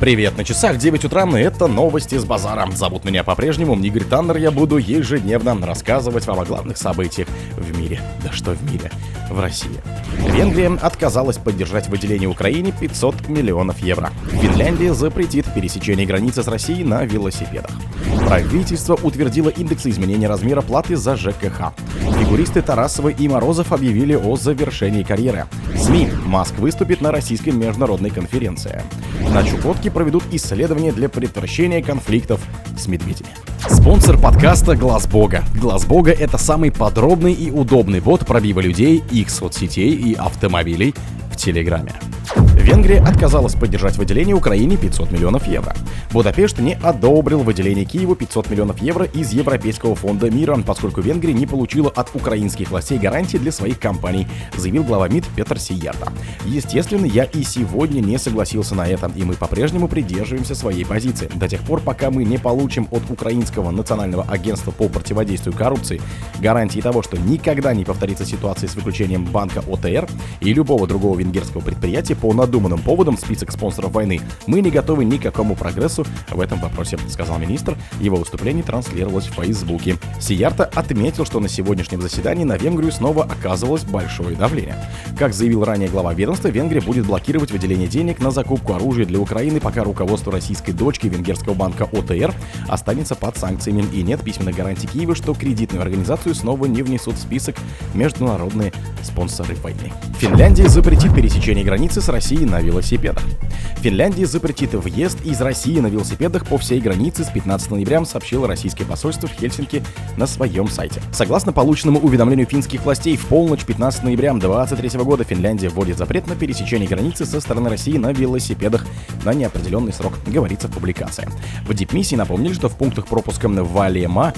Привет, на часах 9 утра, и это новости с базара. Зовут меня по-прежнему Игорь Таннер, я буду ежедневно рассказывать вам о главных событиях в мире. Да что в мире? В России. Венгрия отказалась поддержать выделение Украине 500 миллионов евро. Финляндия запретит пересечение границы с Россией на велосипедах. Правительство утвердило индексы изменения размера платы за ЖКХ. Фигуристы Тарасова и Морозов объявили о завершении карьеры. СМИ. Маск выступит на российской международной конференции. На Чукотке проведут исследования для предотвращения конфликтов с медведями. Спонсор подкаста Глаз Бога. Глаз Бога — это самый подробный и удобный бот пробива людей, их соцсетей и автомобилей в Телеграме. Венгрия отказалась поддержать выделение Украине 500 миллионов евро. Будапешт не одобрил выделение Киеву 500 миллионов евро из Европейского фонда мира, поскольку Венгрия не получила от украинских властей гарантий для своих компаний, заявил глава МИД Петър Сиярто. Естественно, я и сегодня не согласился на это, и мы по-прежнему придерживаемся своей позиции. До тех пор, пока мы не получим от Украинского национального агентства по противодействию коррупции гарантии того, что никогда не повторится ситуация с выключением банка ОТР и любого другого венгерского предприятия по надуманным поводам в список спонсоров войны, мы не готовы ни к какому прогрессу в этом вопросе, сказал министр. Его выступление транслировалось в Фейсбуке. Сиярто отметил, что на сегодняшнем заседании на Венгрию снова оказывалось большое давление. Как заявил ранее глава ведомства, Венгрия будет блокировать выделение денег на закупку оружия для Украины, пока руководство российской дочки венгерского банка ОТР останется под санкциями и нет письменных гарантий Киева, что кредитную организацию снова не внесут в список международные спонсоры войны. Финляндия запретит пересечение границы с Россией на велосипедах. Финляндия запретит въезд из России на велосипедах по всей границе с 15 ноября, сообщило российское посольство в Хельсинки на своем сайте. Согласно полученному уведомлению финских властей, в полночь 15 ноября 2023 года Финляндия вводит запрет на пересечение границы со стороны России на велосипедах на неопределенный срок, говорится в публикации. В дипмиссии напомнили, что в пунктах пропуска Валема,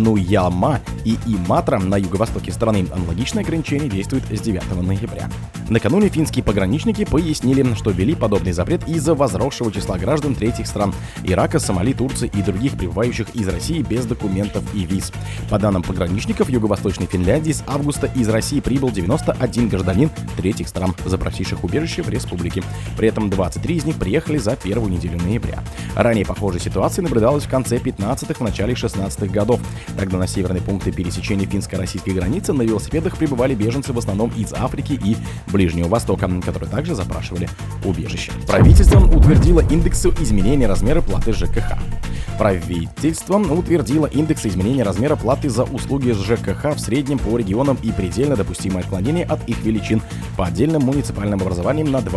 Нуяма и Иматра на юго-востоке страны аналогичное ограничение действует с 9 ноября. Накануне финские пограничники пояснили, что ввели подобный запрет из-за возросшего числа граждан третьих стран – Ирака, Сомали, Турции и других прибывающих из России без документов и виз. По данным пограничников Юго-Восточной Финляндии, с августа из России прибыл 91 гражданин третьих стран, запросивших убежище в республике. При этом 23 из них приехали за первую неделю ноября. Ранее похожая ситуация наблюдалась в конце 15-х, в начале 16-х годов. Тогда на северные пункты пересечения финско-российской границы на велосипедах прибывали беженцы в основном из Африки и Ближнего Востока, которые также запрашивали убежище. Правительство утвердило индексы изменения размера платы ЖКХ. Правительство утвердило индексы изменения размера платы за услуги с ЖКХ в среднем по регионам и предельно допустимое отклонение от их величин по отдельным муниципальным образованиям на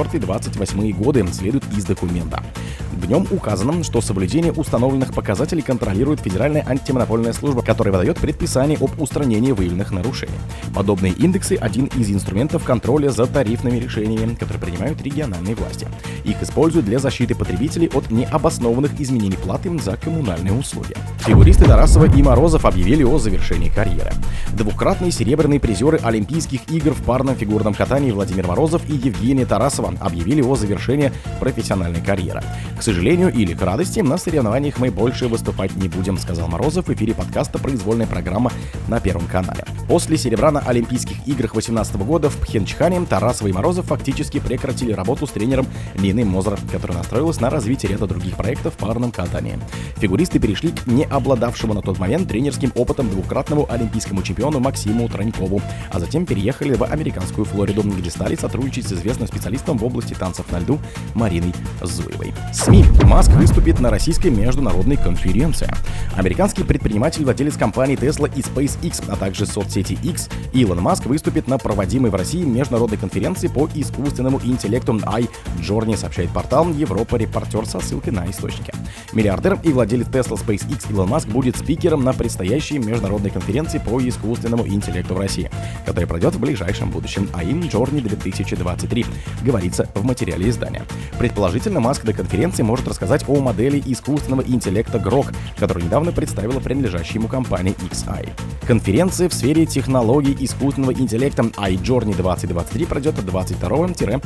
24-28 годы следует из документа. В нем указано, что соблюдение установленных показателей контролирует Федеральная антимонопольная служба, которая выдает предписание об устранении выявленных нарушений. Подобные индексы – один из инструментов контроля за тарифными решениями, которые принимают региональные власти. Их используют для защиты потребителей от необоснованных изменений платы за коммунальные услуги. Фигуристы Тарасова и Морозов объявили о завершении карьеры. Двукратные серебряные призеры Олимпийских игр в парном фигурном катании Владимир Морозов и Евгения Тарасова объявили о завершении профессиональной карьеры. К сожалению или к радости, на соревнованиях мы больше выступать не будем, сказал Морозов в эфире подкаста «Произвольная программа» на Первом канале. После серебра на Олимпийских играх 2018 года в Пхенчхане Тарасова и Морозов фактически прекратили работу с тренером Ниной Мозер, которая настроилась на развитие ряда других проектов в парном катании. Фигуристы перешли к не обладавшему на тот момент тренерским опытом двукратному олимпийскому чемпиону Максиму Тронькову, а затем переехали в американскую Флориду, где стали сотрудничать с известным специалистом в области танцев на льду Мариной Зуевой. СМИ. Маск выступит на российской международной конференции. Американский предприниматель, владелец компаний Tesla и SpaceX, а также соцсети X, Илон Маск выступит на проводимой в России международной конференции по искусственному интеллекту iJourney, сообщает портал Европа Репортер со ссылкой на источники. Миллиардер и владелец Tesla SpaceX Илон Маск будет спикером на предстоящей международной конференции по искусственному интеллекту в России, которая пройдет в ближайшем будущем iJourney 2023, говорится в материале издания. Предположительно, Маск до конференции может рассказать о модели искусственного интеллекта Grok, которую недавно представила принадлежащая ему компания XI. Конференция в сфере технологий искусственного интеллекта iJourney 2023 пройдет от 22-24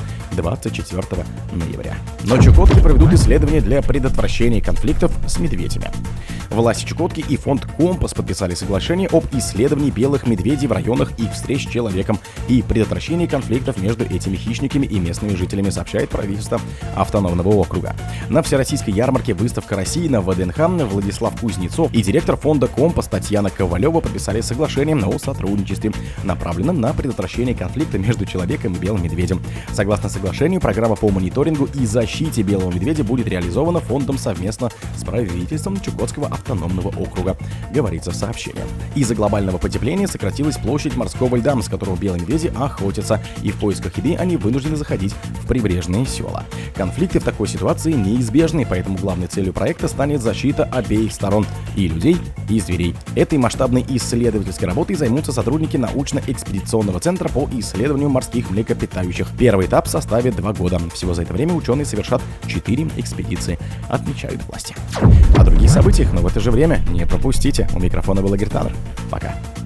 ноября. На Чукотке проведут исследования для предотвращения конфликтов с медведями. Власти Чукотки и фонд «Компас» подписали соглашение об исследовании белых медведей в районах их встреч с человеком и предотвращении конфликтов между этими хищниками и местными жителями, сообщает правительство автономного округа. На Всероссийской ярмарке «Выставка России» на ВДНХ Владислав Кузнецов и директор фонда «Компас» Татьяна Ковалева подписали соглашение о сотрудничестве, направленном на предотвращение конфликта между человеком и белым медведем. Согласно соглашению, программа по мониторингу и защите белого медведя будет реализована фондом совместно с правительством Чукотского автономного округа, говорится в сообщении. Из-за глобального потепления сократилась площадь морского льда, с которого белые медведи охотятся, и в поисках еды они вынуждены заходить в прибрежные села. Конфликты в такой ситуации неизбежны, поэтому главной целью проекта станет защита обеих сторон – и людей, и зверей. Этой масштабной исследовательской работой займутся сотрудники научно-экспедиционного центра по исследованию морских млекопитающих. Первый этап составит 2 года. Всего за это время ученые совершат 4 экспедиции, отмечают власти. О других событиях, но в это же время не пропустите. У микрофона был Игорь Таннер. Пока.